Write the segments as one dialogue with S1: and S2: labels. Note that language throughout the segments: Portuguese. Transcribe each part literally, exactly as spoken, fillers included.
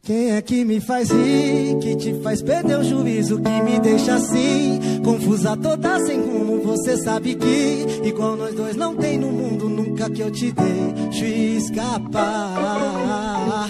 S1: Quem é que me faz rir, que te faz perder o juízo, que me deixa assim, confusa toda sem rumo? Você sabe que igual nós dois não tem no mundo, nunca que eu te deixo escapar.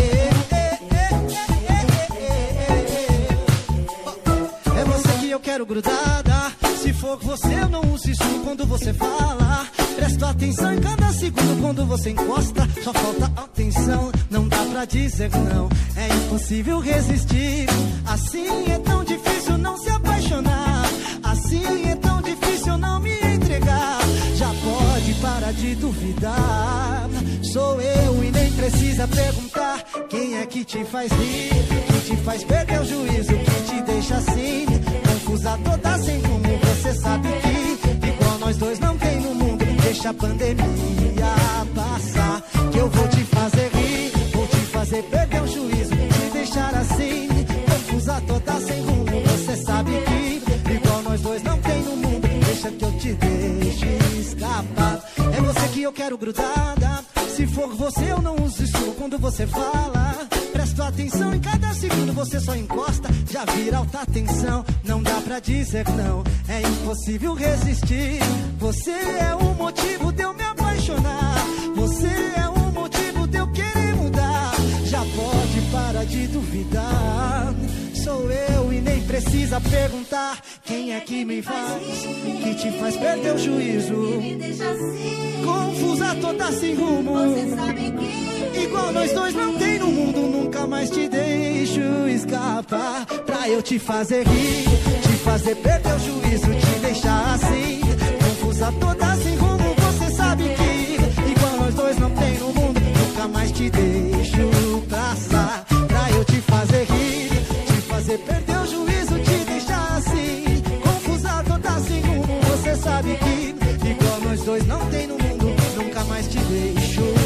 S1: É você que eu quero grudada, se for você eu não uso isso quando você fala. Presto atenção em cada segundo quando você encosta. Só falta atenção, não dá pra dizer não. É impossível resistir. Assim é tão difícil não se apaixonar. Assim é tão difícil não me entregar. Já pode parar de duvidar. Sou eu e nem precisa perguntar. Quem é que te faz rir, que te faz perder o juízo, que te deixa assim, confusa toda sem rumo? Você sabe que igual nós dois não tem no mundo. Deixa a pandemia passar, que eu vou te fazer rir, vou te fazer perder o juízo, te deixar assim, confusa toda sem rumo. Você sabe que igual nós dois não tem no mundo. Deixa que eu te deixe escapar. É você que eu quero grudada, se for você eu não uso isso quando você fala. Presto atenção em cada segundo, você só encosta, já vira alta tensão. Não dá pra dizer não, é impossível resistir. Você é o motivo de eu me apaixonar. Você é o motivo de eu querer mudar. Já pode parar de duvidar. Sou eu e nem precisa perguntar. Quem é que me faz, que te faz perder o juízo,
S2: me deixa assim,
S1: confusa toda sem rumo?
S2: Você sabe que
S1: igual nós dois não tem no mundo, nunca mais te deixo escapar. Pra eu te fazer rir, te fazer perder o juízo, te deixar assim, confusa toda sem rumo. Você sabe que igual nós dois não tem no mundo, nunca mais te deixo passar. Pra eu te fazer rir, te fazer perder o juízo, te deixar assim, confusa toda sem rumo. Você sabe que igual nós dois não tem no mundo, nunca mais te deixo